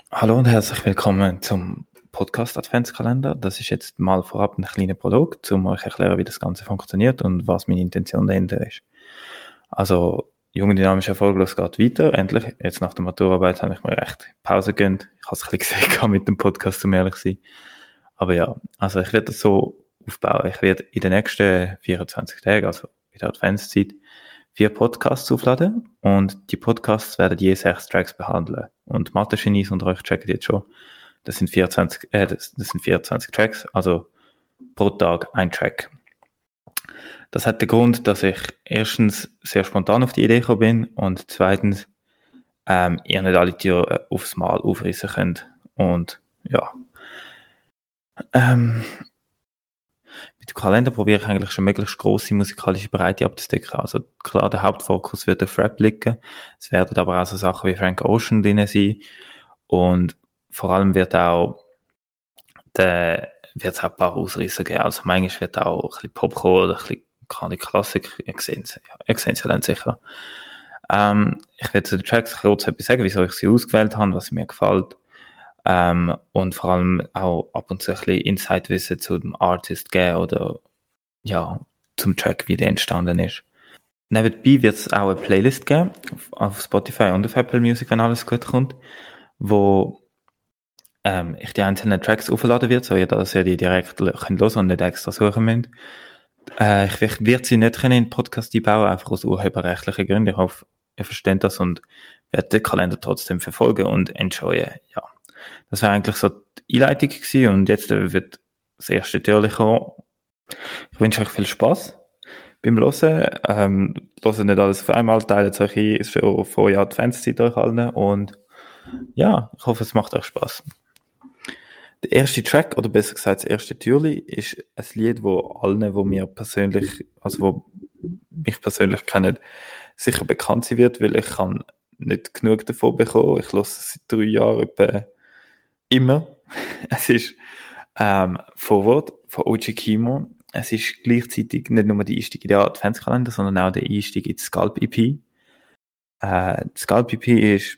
Hallo und herzlich willkommen zum Podcast Adventskalender. Das ist jetzt mal vorab ein kleiner Prolog, um euch erklären, wie das Ganze funktioniert und was meine Intention dahinter ist. Also, Jung und dynamisch erfolglos geht weiter. Endlich, jetzt nach der Maturarbeit habe ich mir recht Pause gegönnt. Ich habe es ein bisschen gesehen mit dem Podcast, um ehrlich zu sein. Aber ja, also ich werde das so aufbauen. Ich werde in den nächsten 24 Tagen, also in der Adventszeit, 4 Podcasts aufladen und die Podcasts werden je 6 Tracks behandeln. Und Mathe-Genies unter euch checken jetzt schon, das sind 24 Tracks, also pro Tag ein Track. Das hat den Grund, dass ich erstens sehr spontan auf die Idee gekommen bin und zweitens ihr nicht alle Türen aufs Mal aufreißen könnt. Und ja, mit dem Kalender probiere ich eigentlich schon möglichst grosse musikalische Breite abzudecken. Also klar, der Hauptfokus wird auf Rap liegen. Es werden aber auch so Sachen wie Frank Ocean drin sein. Und vor allem wird es auch ein paar Ausreißer geben. Also manchmal wird auch ein bisschen Pop kommen oder ein bisschen keine Klassik. Ihr seht es ja dann sicher. Ich werde zu den Tracks kurz etwas sagen, wieso ich sie ausgewählt habe, was mir gefällt. Und vor allem auch ab und zu ein bisschen Insight-Wissen zu dem Artist geben oder ja, zum Track, wie der entstanden ist. Nebenbei wird es auch eine Playlist geben auf Spotify und auf Apple Music, wenn alles gut kommt, wo ich die einzelnen Tracks aufladen wird, so dass ihr die direkt hören könnt und nicht extra suchen müsst. Ich werde sie nicht in den Podcast einbauen, einfach aus urheberrechtlichen Gründen. Ich hoffe, ihr versteht das und werdet den Kalender trotzdem verfolgen und enjoyen. Ja, das war eigentlich so die Einleitung gewesen und jetzt wird das erste Türchen kommen. Ich wünsche euch viel Spaß beim Hören. Hören nicht alles auf einmal, teilt es euch ein, ist schon vorher Adventszeit euch allen und ja, ich hoffe, es macht euch Spaß. Der erste Track, oder besser gesagt das erste Türli, ist ein Lied, wo allen, wo mir persönlich, also wo mich persönlich kennen, sicher bekannt sein wird, weil ich kann nicht genug davon bekommen. Ich höre es seit 3 Jahren etwa immer. Es ist Forward von OG Kimo. Es ist gleichzeitig nicht nur der Einstieg in den Adventskalender, sondern auch der Einstieg in die Scalp EP. Die Scalp EP ist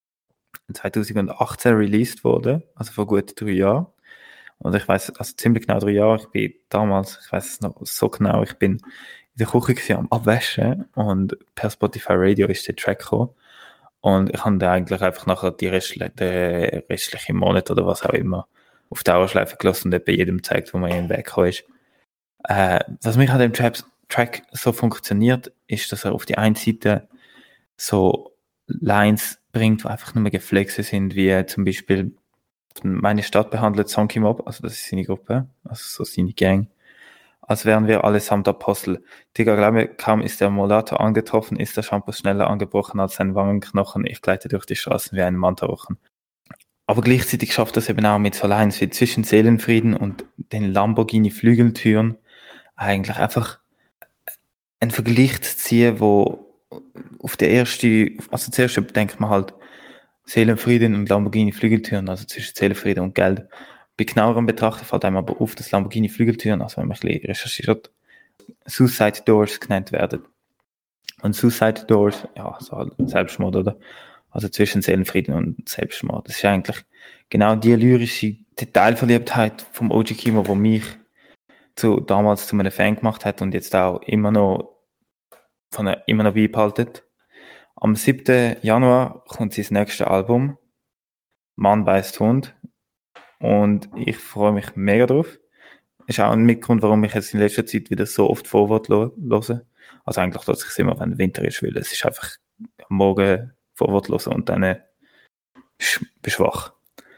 2018 released worden, also vor gut 3 Jahren. Und ich weiß, also ziemlich genau 3 Jahre, ich bin damals, ich weiß es noch so genau, ich bin in der Küche gewesen, am Abwaschen und per Spotify Radio ist der Track gekommen. Und ich habe dann eigentlich einfach nachher den restlichen Monat oder was auch immer auf Dauerschleife gelassen und bei jedem gezeigt, wo man hinweggekommen ist. Was mich an dem Track so funktioniert, ist, dass er auf die einen Seite so Lines bringt, die einfach nur geflext sind, wie zum Beispiel meine Stadt behandelt Sonky Mob, also das ist seine Gruppe, also so seine Gang, als wären wir allesamt Apostel. Digga, glaube, kaum ist der Molato angetroffen, ist der Shampoo schneller angebrochen als sein Wangenknochen. Ich gleite durch die Straßen wie ein Mantarochen. Aber gleichzeitig schafft das eben auch mit so Lines wie zwischen Seelenfrieden und den Lamborghini-Flügeltüren eigentlich einfach einen Vergleich zu ziehen, wo auf der ersten, also zuerst denkt man halt Seelenfrieden und Lamborghini-Flügeltüren, also zwischen Seelenfrieden und Geld. Bei genauerem Betrachten fällt einem aber auf, dass Lamborghini-Flügeltüren, also wenn man ein bisschen recherchiert, Suicide Doors genannt werden. Und Suicide Doors, ja, so halt Selbstmord, oder? Also zwischen Seelenfrieden und Selbstmord. Das ist eigentlich genau die lyrische Detailverliebtheit vom OG Kimo, die mich damals zu einem Fan gemacht hat und jetzt auch immer noch beibehalten. Am 7. Januar kommt sein nächstes Album, Mann beißt Hund. Und ich freue mich mega drauf. Ist auch ein Mitgrund, warum ich jetzt in letzter Zeit wieder so oft Vorwort höre. Also eigentlich tut es sich immer, wenn Winter ist, weil es ist einfach am Morgen Vorwort hören und dann beschwach.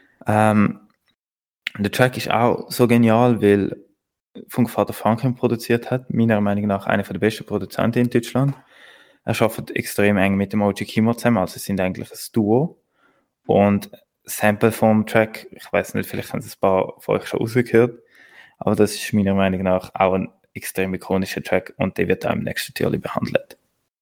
Der Track ist auch so genial, weil Funkvater Franken produziert hat. Meiner Meinung nach einer der besten Produzenten in Deutschland. Er arbeitet extrem eng mit dem OG Kimo zusammen, also sie sind eigentlich ein Duo. Und Sample vom Track, ich weiß nicht, vielleicht haben es ein paar von euch schon rausgehört, aber das ist meiner Meinung nach auch ein extrem ikonischer Track und der wird auch im nächsten Türli behandelt.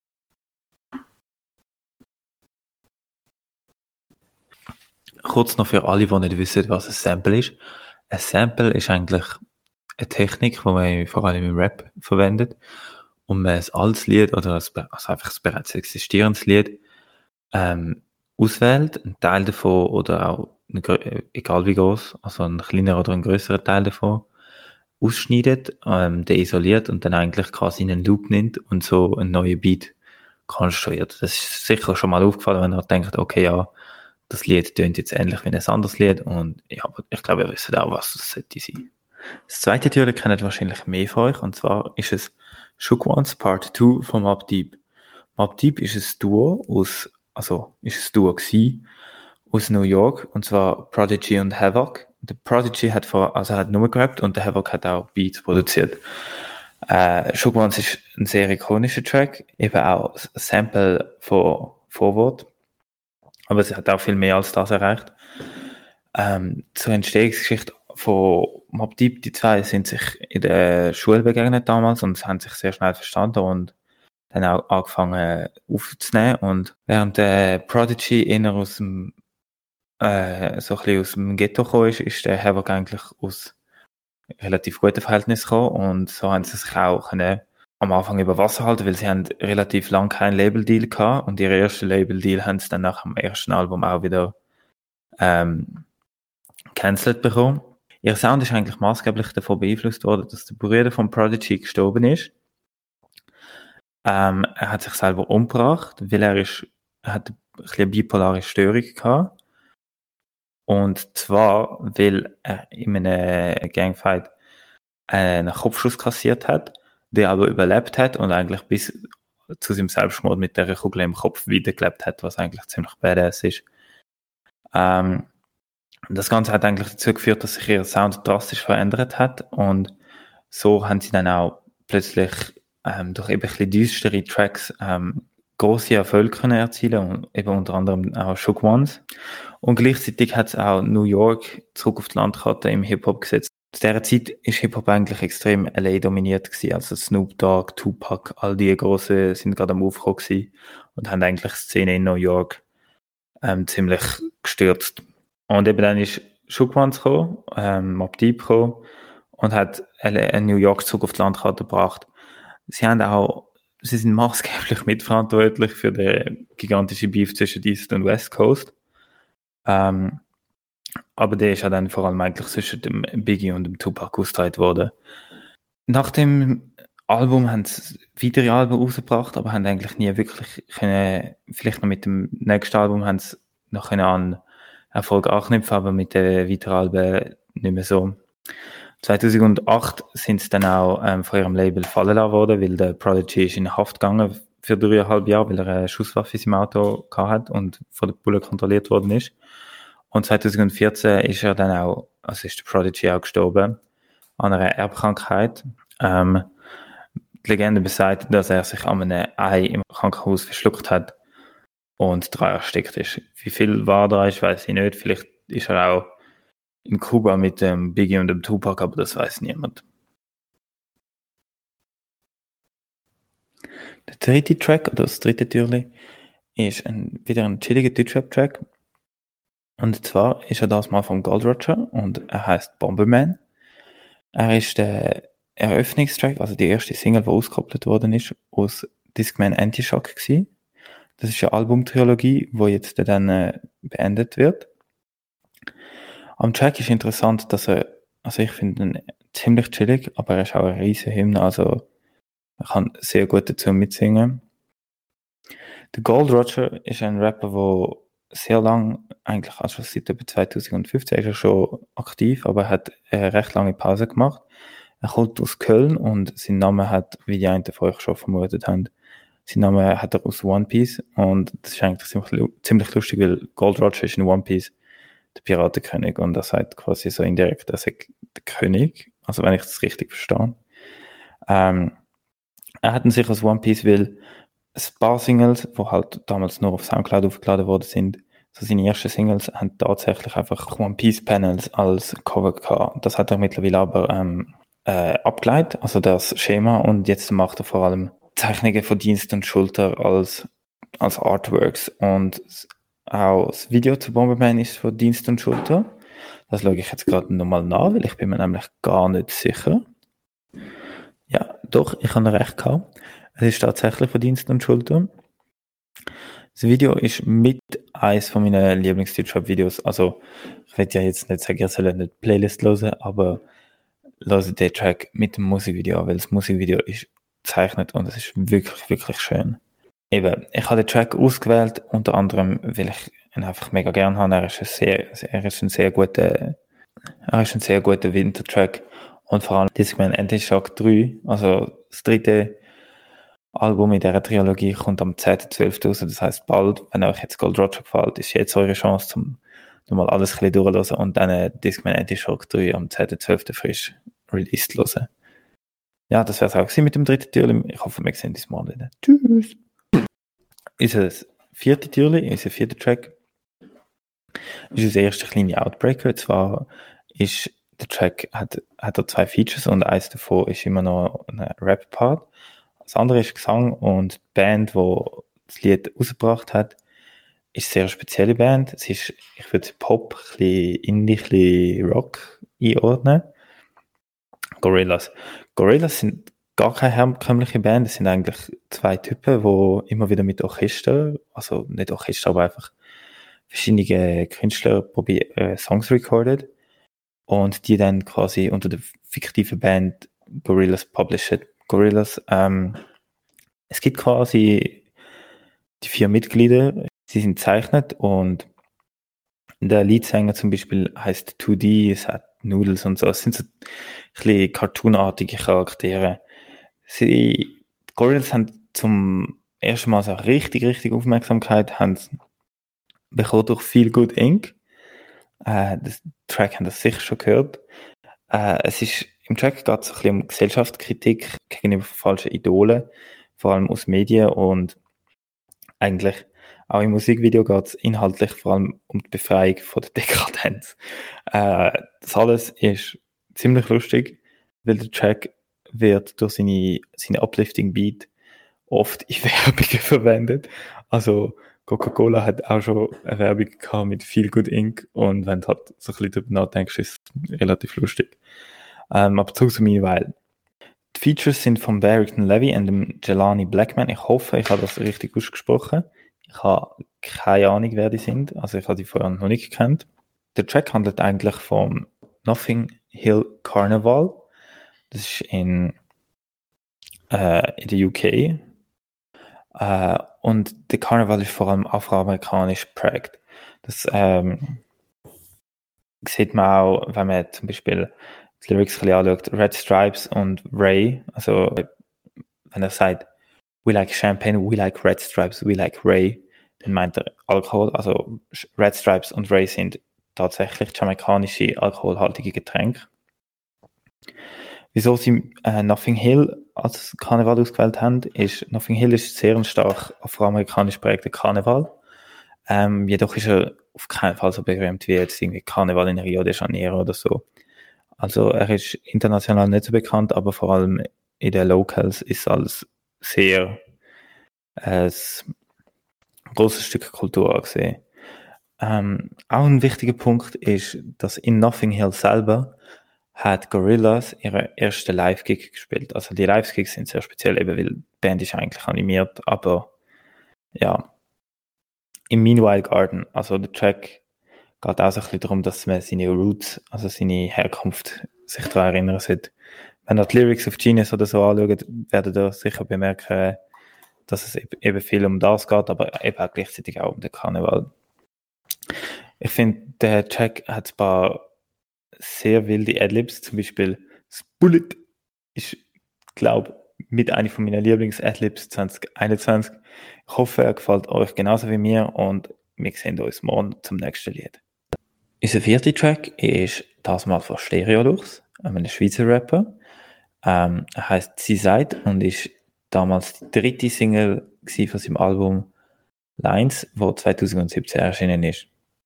Kurz noch für alle, die nicht wissen, was ein Sample ist. Ein Sample ist eigentlich eine Technik, die man vor allem im Rap verwendet, um ein altes Lied oder also einfach ein bereits existierendes Lied auswählt, einen Teil davon oder auch egal wie groß, also ein kleiner oder ein größerer Teil davon, ausschneidet, den isoliert und dann eigentlich quasi einen Loop nimmt und so einen neuen Beat konstruiert. Das ist sicher schon mal aufgefallen, wenn er denkt, okay, ja, das Lied tönt jetzt ähnlich wie ein anderes Lied und ja, aber ich glaube, ihr wisst auch, was das sollte sein. Das zweite Türchen kennt wahrscheinlich mehr von euch, und zwar ist es Shook Ones Part 2 von Mobb Deep. Mobb Deep ist ein Duo gewesen, aus New York, und zwar Prodigy und Havoc. Der Prodigy hat nur gerappt und der Havoc hat auch Beats produziert. Shook Ones ist ein sehr ikonischer Track, eben auch ein Sample von Vorwort, aber es hat auch viel mehr als das erreicht. Zur Entstehungsgeschichte von Mobb Deep, die zwei sind sich in der Schule begegnet damals und haben sich sehr schnell verstanden und dann auch angefangen aufzunehmen. Und während der Prodigy eher aus dem so ein bisschen aus dem Ghetto gekommen ist der Havoc eigentlich aus relativ guten Verhältnissen gekommen, und so haben sie sich auch am Anfang über Wasser halten, weil sie haben relativ lang keinen Label-Deal gehabt, und ihren ersten Label-Deal haben sie dann nach dem ersten Album auch wieder cancelled bekommen. Ihr Sound ist eigentlich maßgeblich davon beeinflusst worden, dass der Bruder von Prodigy gestorben ist. Er hat sich selber umgebracht, weil er hat ein bisschen bipolare Störung gehabt. Und zwar, weil er in einem Gangfight einen Kopfschuss kassiert hat, der aber überlebt hat und eigentlich bis zu seinem Selbstmord mit der Kugel im Kopf wiedergelebt hat, was eigentlich ziemlich badass ist. Das Ganze hat eigentlich dazu geführt, dass sich ihr Sound drastisch verändert hat, und so haben sie dann auch plötzlich durch eben ein bisschen düstere Tracks grosse Erfolge können erzielen, und eben unter anderem auch Shook Ones. Und gleichzeitig hat es auch New York zurück auf die Landkarte im Hip-Hop gesetzt. Zu dieser Zeit ist Hip-Hop eigentlich extrem LA dominiert gewesen, also Snoop Dogg, Tupac, all die Grossen sind gerade am Aufkommen gewesen und haben eigentlich die Szene in New York ziemlich gestürzt. Und eben dann ist Shook Ones gekommen, Mobb Deep gekommen und hat New York zurück auf die Landkarte gebracht. Sie sind maßgeblich mitverantwortlich für den gigantischen Beef zwischen East und West Coast. Aber der ist ja dann vor allem eigentlich zwischen dem Biggie und dem Tupac ausgeteilt worden. Nach dem Album haben sie weitere Alben rausgebracht, aber haben eigentlich nie wirklich können, vielleicht noch mit dem nächsten Album haben sie noch an Erfolg anknüpfen, aber mit den weiteren Alben nicht mehr so. 2008 sind sie dann auch von ihrem Label fallen lassen worden, weil der Prodigy ist in Haft gegangen für 3,5 Jahre, weil er eine Schusswaffe in seinem Auto gehabt hat und von der Bullen kontrolliert worden ist. Und 2014 ist er dann auch, also ist der Prodigy auch gestorben an einer Erbkrankheit. Die Legende besagt, dass er sich an einem Ei im Krankenhaus verschluckt hat und daran erstickt ist. Wie viel war da, ich weiß ich nicht. Vielleicht ist er auch in Kuba mit dem Biggie und dem Tupac, aber das weiß niemand. Der dritte Track, oder das dritte Türchen, ist wieder ein chilliger Deutschrap-Track. Und zwar ist er das mal von Gold Roger und er heißt Bomberman. Er ist der Eröffnungstrack, also die erste Single, die ausgekoppelt worden ist, aus Discman Anti-Shock gewesen. Das ist eine Albumtrilogie, die jetzt dann beendet wird. Am Track ist interessant, dass also ich finde ihn ziemlich chillig, aber er ist auch ein riesen Hymne, also man kann sehr gut dazu mitsingen. Der Gold Roger ist ein Rapper, der sehr lang, eigentlich also seit etwa 2015 ist er schon aktiv, aber er hat eine recht lange Pause gemacht. Er kommt aus Köln und sein Name hat, wie die einen von euch schon vermutet haben, sein Name hat er aus One Piece, und das ist eigentlich ziemlich lustig, weil Gold Roger ist in One Piece der Piratenkönig und er sagt quasi so indirekt, er sagt der König, also wenn ich das richtig verstehe. Er hat sich aus One Piece, weil ein paar Singles, die halt damals nur auf Soundcloud aufgeladen worden sind, so seine ersten Singles haben tatsächlich einfach One Piece Panels als Cover gehabt. Das hat er mittlerweile aber abgeleitet, also das Schema, und jetzt macht er vor allem Zeichnungen von Dienst und Schulter als Artworks, und auch das Video zu Bomberman ist von Dienst und Schulter. Das schaue ich jetzt gerade nochmal nach, weil ich bin mir nämlich gar nicht sicher. Ja, doch, ich habe recht gehabt. Es ist tatsächlich von Dienst und Schulter. Das Video ist mit eines von meinen Lieblings-Deutschrap-Videos. Also, ich will ja jetzt nicht sagen, ihr sollt nicht die Playlist hören, aber hört den Track mit dem Musikvideo an, weil das Musikvideo ist gezeichnet und es ist wirklich, wirklich schön. Eben, ich habe den Track ausgewählt, unter anderem, weil ich ihn einfach mega gerne habe. Er ist ein sehr guter Wintertrack. Und vor allem Discman Anti-Shock 3, also das dritte Album in dieser Trilogie, kommt am 10.12. raus. Das heisst bald, wenn euch jetzt Gold Roger gefällt, ist jetzt eure Chance, um nochmal alles ein bisschen durchzuhören und dann Discman Anti-Shock 3 am 10.12. frisch released hören. Ja, das wäre es auch gewesen mit dem dritten Türchen. Ich hoffe, wir sehen uns morgen wieder. Tschüss! Unser vierte Türchen, unser vierter Track, ist unser erster kleiner Outbreaker. Und zwar ist der Track, hat er 2 Features und eins davon ist immer noch ein Rap-Part. Das andere ist Gesang und die Band, die das Lied rausgebracht hat, ist eine sehr spezielle Band. Es ist, ich würde Pop, ein bisschen Indie, ein bisschen Rock einordnen. Gorillaz. Gorillaz sind gar keine herkömmliche Band. Es sind eigentlich 2 Typen, die immer wieder mit Orchester, also nicht Orchester, aber einfach verschiedene Künstler Songs recorded und die dann quasi unter der fiktiven Band Gorillaz published. Gorillaz, es gibt quasi die 4 Mitglieder, sie sind gezeichnet und der Leadsänger zum Beispiel heißt 2D, es hat Noodles und so. Es sind so ein bisschen cartoonartige Charaktere. Gorillaz haben zum ersten Mal so richtig Aufmerksamkeit haben bekommen durch Feel Good Inc. Das Track haben das sicher schon gehört. Im Track geht es ein bisschen um Gesellschaftskritik gegenüber falschen Idolen, vor allem aus Medien und eigentlich auch im Musikvideo geht es inhaltlich vor allem um die Befreiung von der Dekadenz. Das alles ist ziemlich lustig, weil der Track wird durch seine uplifting Beat oft in Werbungen verwendet. Also Coca-Cola hat auch schon eine Werbung gehabt mit Feel Good Inc. Und wenn du halt so ein bisschen darüber nachdenkst, ist es relativ lustig. Aber zurück zu mir, weil die Features sind von Barrington Levy und dem Jelani Blackman. Ich hoffe, ich habe das richtig ausgesprochen. Ich habe keine Ahnung, wer die sind. Also ich habe die vorher noch nicht gekannt. Der Track handelt eigentlich vom Nothing Hill Carnival. Das ist in der UK. Und der Karneval ist vor allem afroamerikanisch geprägt. Das sieht man auch, wenn man zum Beispiel die Lyrics ein bisschen anschaut. Red Stripes und Ray, also wenn er sagt, we like Champagne, we like Red Stripes, we like Ray, dann meint er Alkohol. Also Red Stripes und Ray sind tatsächlich jamaikanische alkoholhaltige Getränke. Wieso sie Nothing Hill als Karneval ausgewählt haben, ist, Nothing Hill ist sehr ein stark afroamerikanisch prägter Karneval. Jedoch ist er auf keinen Fall so berühmt wie jetzt irgendwie Karneval in Rio de Janeiro oder so. Also er ist international nicht so bekannt, aber vor allem in den Locals ist als sehr ein grosses Stück Kultur angesehen. Auch ein wichtiger Punkt ist, dass in Nothing Hill selber hat Gorillaz ihre erste Live-Gig gespielt. Also die Live-Gigs sind sehr speziell, eben weil die Band ist eigentlich animiert, aber ja, im Meanwhile Garden, also der Track geht auch so ein bisschen darum, dass man seine Roots, also seine Herkunft, sich daran erinnern sollte. Wenn ihr die Lyrics auf Genius oder so anschaut, werdet ihr sicher bemerken, dass es eben viel um das geht, aber eben auch gleichzeitig auch um den Karneval. Ich finde, der Track hat ein paar sehr wilde Adlibs, zum Beispiel das Bullet ist, glaube ich, mit einer von meinen Lieblings-Adlibs 2021. Ich hoffe, er gefällt euch genauso wie mir und wir sehen uns morgen zum nächsten Lied. Unser vierter Track ist das mal von Stereolux, einem Schweizer Rapper. Er heisst «Sie seid» und ist damals die 3. Single von seinem Album Lines, wo 2017 erschienen ist.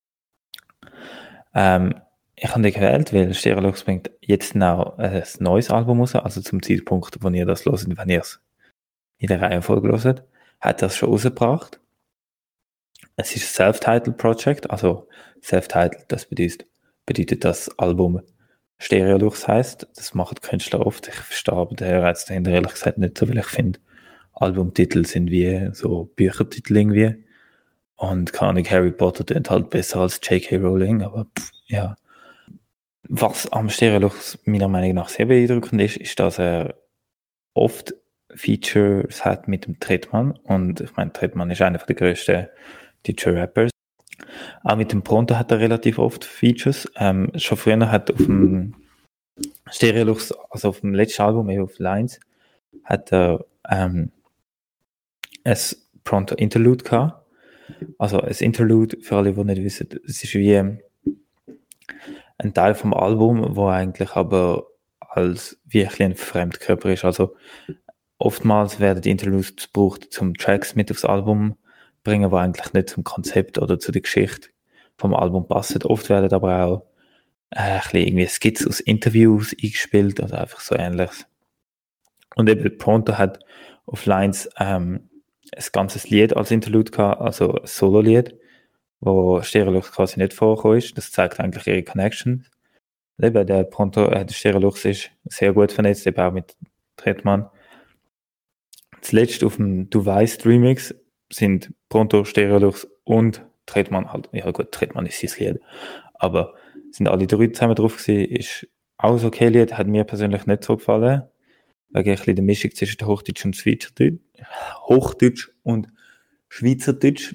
Ich habe den gewählt, weil Stereolux bringt jetzt noch ein neues Album raus, also zum Zeitpunkt, wo ihr das hört, wenn ihr es in der Reihenfolge hört, hat er es schon rausgebracht. Es ist ein Self-Titled Project, also Self-Titled, das bedeutet das Album Stereolux heisst. Das machen die Künstler oft. Ich verstehe aber den Reiz dahinter ehrlich gesagt nicht so, weil ich finde, Albumtitel sind wie so Büchertitel irgendwie. Und keine Ahnung, Harry Potter klingt halt besser als J.K. Rowling, aber ja. Was am Stereolux meiner Meinung nach sehr beeindruckend ist, dass er oft Features hat mit dem Trettmann. Und ich meine, Trettmann ist einer der grössten deutschen Rappers. Auch mit dem Pronto hat er relativ oft Features. Schon früher hat auf dem Stereolux, also auf dem letzten Album, auf Lines, hat er ein Pronto Interlude gehabt. Also ein Interlude, für alle, die nicht wissen, es ist wie ein Teil vom Album, wo eigentlich aber als wirklich ein Fremdkörper ist. Also oftmals werden die Interludes gebraucht, zum Tracks mit aufs Album bringen, die eigentlich nicht zum Konzept oder zu der Geschichte vom Album passen. Oft werden aber auch ein bisschen irgendwie Skits aus Interviews eingespielt oder einfach so Ähnliches. Und eben Pronto hat auf Lines ein ganzes Lied als Interlude gehabt, also ein Solo-Lied, wo Stereolux quasi nicht vorgekommen ist. Das zeigt eigentlich ihre Connection. Eben, der Pronto, der Stereolux ist sehr gut vernetzt, eben auch mit Trettmann. Zuletzt auf dem Du Weißt Remix sind Pronto, Stereolux und Trettmann halt. Ja gut, Trettmann ist sein Lied. Aber sind alle drei zusammen drauf gewesen, ist auch so okay Lied, hat mir persönlich nicht so gefallen. Wegen ein bisschen der Mischung zwischen Hochdeutsch und Schweizerdeutsch. Hochdeutsch und Schweizerdeutsch.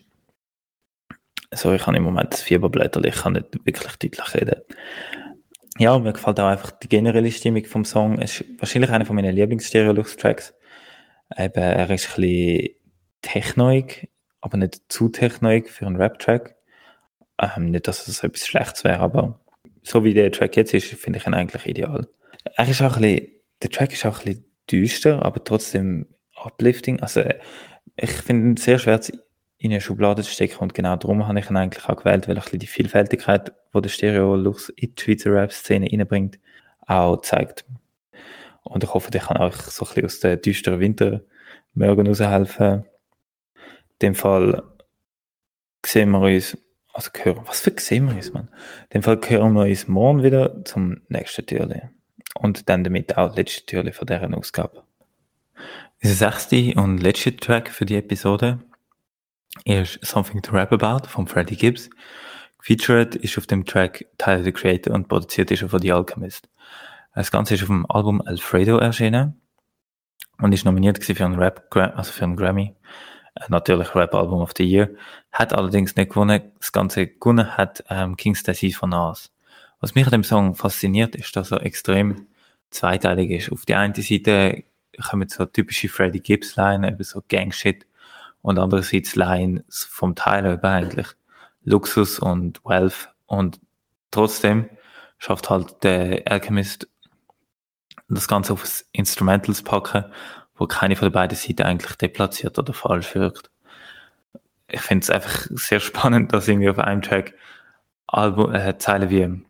So, ich habe im Moment das Fieberblätterl, ich kann nicht wirklich deutlich reden. Ja, mir gefällt auch einfach die generelle Stimmung vom Song. Es ist wahrscheinlich einer von meinen Lieblings-Stereolux-Tracks. Eben, er ist ein bisschen technoig, aber nicht zu technoig für einen Rap-Track. Nicht, dass es etwas Schlechtes wäre, aber so wie der Track jetzt ist, finde ich ihn eigentlich ideal. Er ist auch ein bisschen, der Track ist auch ein bisschen düster, aber trotzdem uplifting. Also, ich finde ihn sehr schwer in eine Schublade zu stecken und genau darum habe ich ihn eigentlich auch gewählt, weil er ein bisschen die Vielfältigkeit, die der Stereolux in die Schweizer Rap-Szene reinbringt, auch zeigt. Und ich hoffe, ich kann auch so ein bisschen aus den düsteren Wintermorgen raushelfen. In dem Fall sehen wir uns, also hören, was für sehen wir uns, Mann? In dem Fall hören wir uns morgen wieder zum nächsten Türli. Und dann damit auch das letzte Türli von dieser Ausgabe. Unser sechste und letzte Track für die Episode ist Something to Rap About von Freddie Gibbs. Featured ist auf dem Track Tyler the Creator und produziert ist von The Alchemist. Das Ganze ist auf dem Album Alfredo erschienen und ist nominiert für einen für einen Grammy. Natürlich Rap-Album of the Year. Hat allerdings nicht gewonnen. Das Ganze gewonnen hat King's Disease von Nas. Was mich an dem Song fasziniert, ist, dass er extrem zweiteilig ist. Auf die eine Seite kommen so typische Freddie Gibbs Line, eben so Gang-Shit, und andererseits Lines vom Tyler über eigentlich Luxus und Wealth, und trotzdem schafft halt der Alchemist das Ganze auf das Instrumentals packen, wo keine von den beiden Seiten eigentlich deplatziert oder falsch wirkt. Ich finde es einfach sehr spannend, dass irgendwie auf einem Track Zeilen wie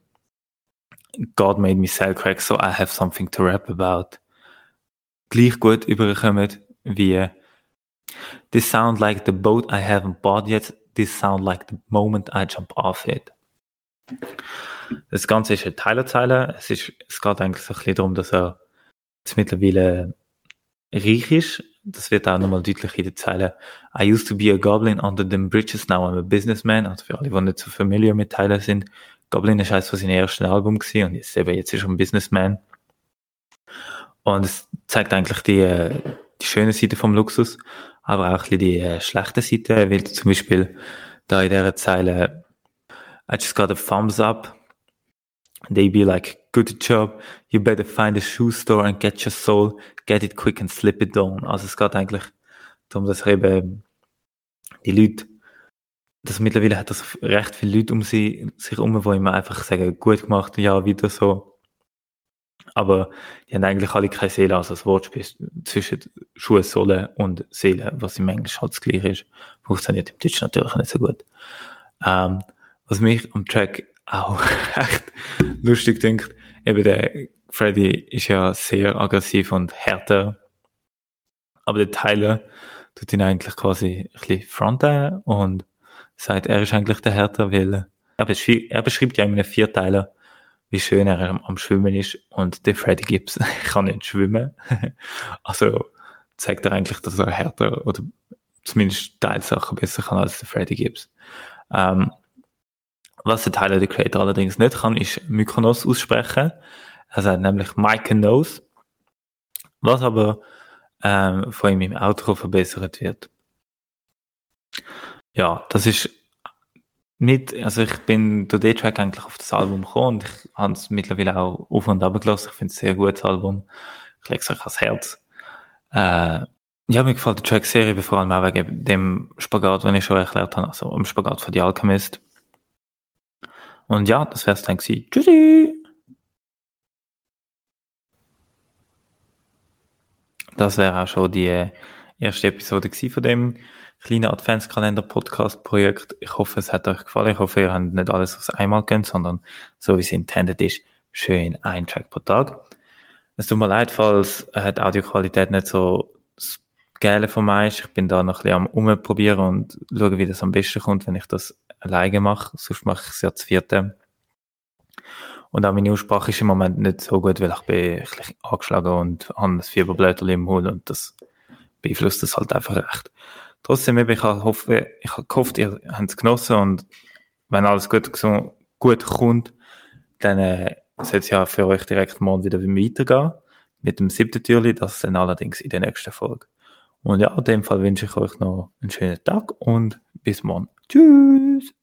God made me sell crack, so I have something to rap about gleich gut überkommen wie This sound like the boat I haven't bought yet, this sound like the moment I jump off it. Das Ganze ist eine Teilerzeile. Es geht eigentlich so ein bisschen darum, dass er jetzt mittlerweile reich ist. Das wird auch nochmal deutlich in der Zeile. I used to be a goblin under them bridges, now I'm a businessman. Also für alle, die nicht so familiar mit Tyler sind. Goblin ist eines von seinem ersten Album gewesen und jetzt ist er ein Businessman. Und es zeigt eigentlich die schöne Seite vom Luxus, aber auch ein bisschen die schlechte Seite, weil zum Beispiel da in dieser Zeile I just got a thumbs up. They be like, good job, you better find a shoe store and get your soul, get it quick and slip it down. Also es geht eigentlich darum, dass eben die Leute, dass mittlerweile hat das recht viele Leute um sich herum, die immer einfach sagen, gut gemacht, ja, wieder so. Aber die haben eigentlich alle keine Seele, also das Wortspiel zwischen Schuhe, Sohle und Seele, was im Englisch halt das Gleiche ist, funktioniert im Deutsch natürlich nicht so gut. Was mich am Track auch echt lustig denkt, eben der Freddy ist ja sehr aggressiv und härter, aber der Tyler tut ihn eigentlich quasi ein bisschen fronten und sagt, er ist eigentlich der härter, weil er beschreibt ja in einem Vierteiler, wie schön er am Schwimmen ist, und der Freddie Gibbs kann nicht schwimmen. Also zeigt er eigentlich, dass er härter oder zumindest Teilsachen besser kann als der Freddie Gibbs. Was der Tyler, the Creator, allerdings nicht kann, ist Mykonos aussprechen. Er sagt nämlich Mykonos, was aber von ihm im Outro verbessert wird. Ja, das ist nicht, also ich bin durch den Track eigentlich auf das Album gekommen und ich habe es mittlerweile auch auf und ab gelassen. Ich finde es ein sehr gutes Album. Ich lege es euch ans Herz. Ja, mir gefällt der Track-Serie, vor allem auch wegen dem Spagat, den ich schon erklärt habe, also im Spagat von The Alchemist. Und ja, das wär's dann gewesen. Tschüssi! Das wäre auch schon die erste Episode gewesen von dem kleinen Adventskalender-Podcast-Projekt. Ich hoffe, es hat euch gefallen. Ich hoffe, ihr habt nicht alles aufs einmal gönnt, sondern so wie es intended ist, schön ein Track pro Tag. Es tut mir leid, falls die Audioqualität nicht so das Geile von mir ist. Ich bin da noch ein bisschen am Umprobieren und schauen, wie das am besten kommt, wenn ich das alleine mache. Sonst mache ich es ja zu vierte. Und auch meine Aussprache ist im Moment nicht so gut, weil ich bin ein bisschen angeschlagen und habe ein Fieberblättchen im Mund und das beeinflusst das halt einfach recht. Trotzdem, ich habe gehofft, ihr habt es genossen und wenn alles gut kommt, dann soll es ja für euch direkt morgen wieder weitergehen mit dem 7. Türli, das dann allerdings in der nächsten Folge. Und ja, in dem Fall wünsche ich euch noch einen schönen Tag und bis morgen. Tschüss!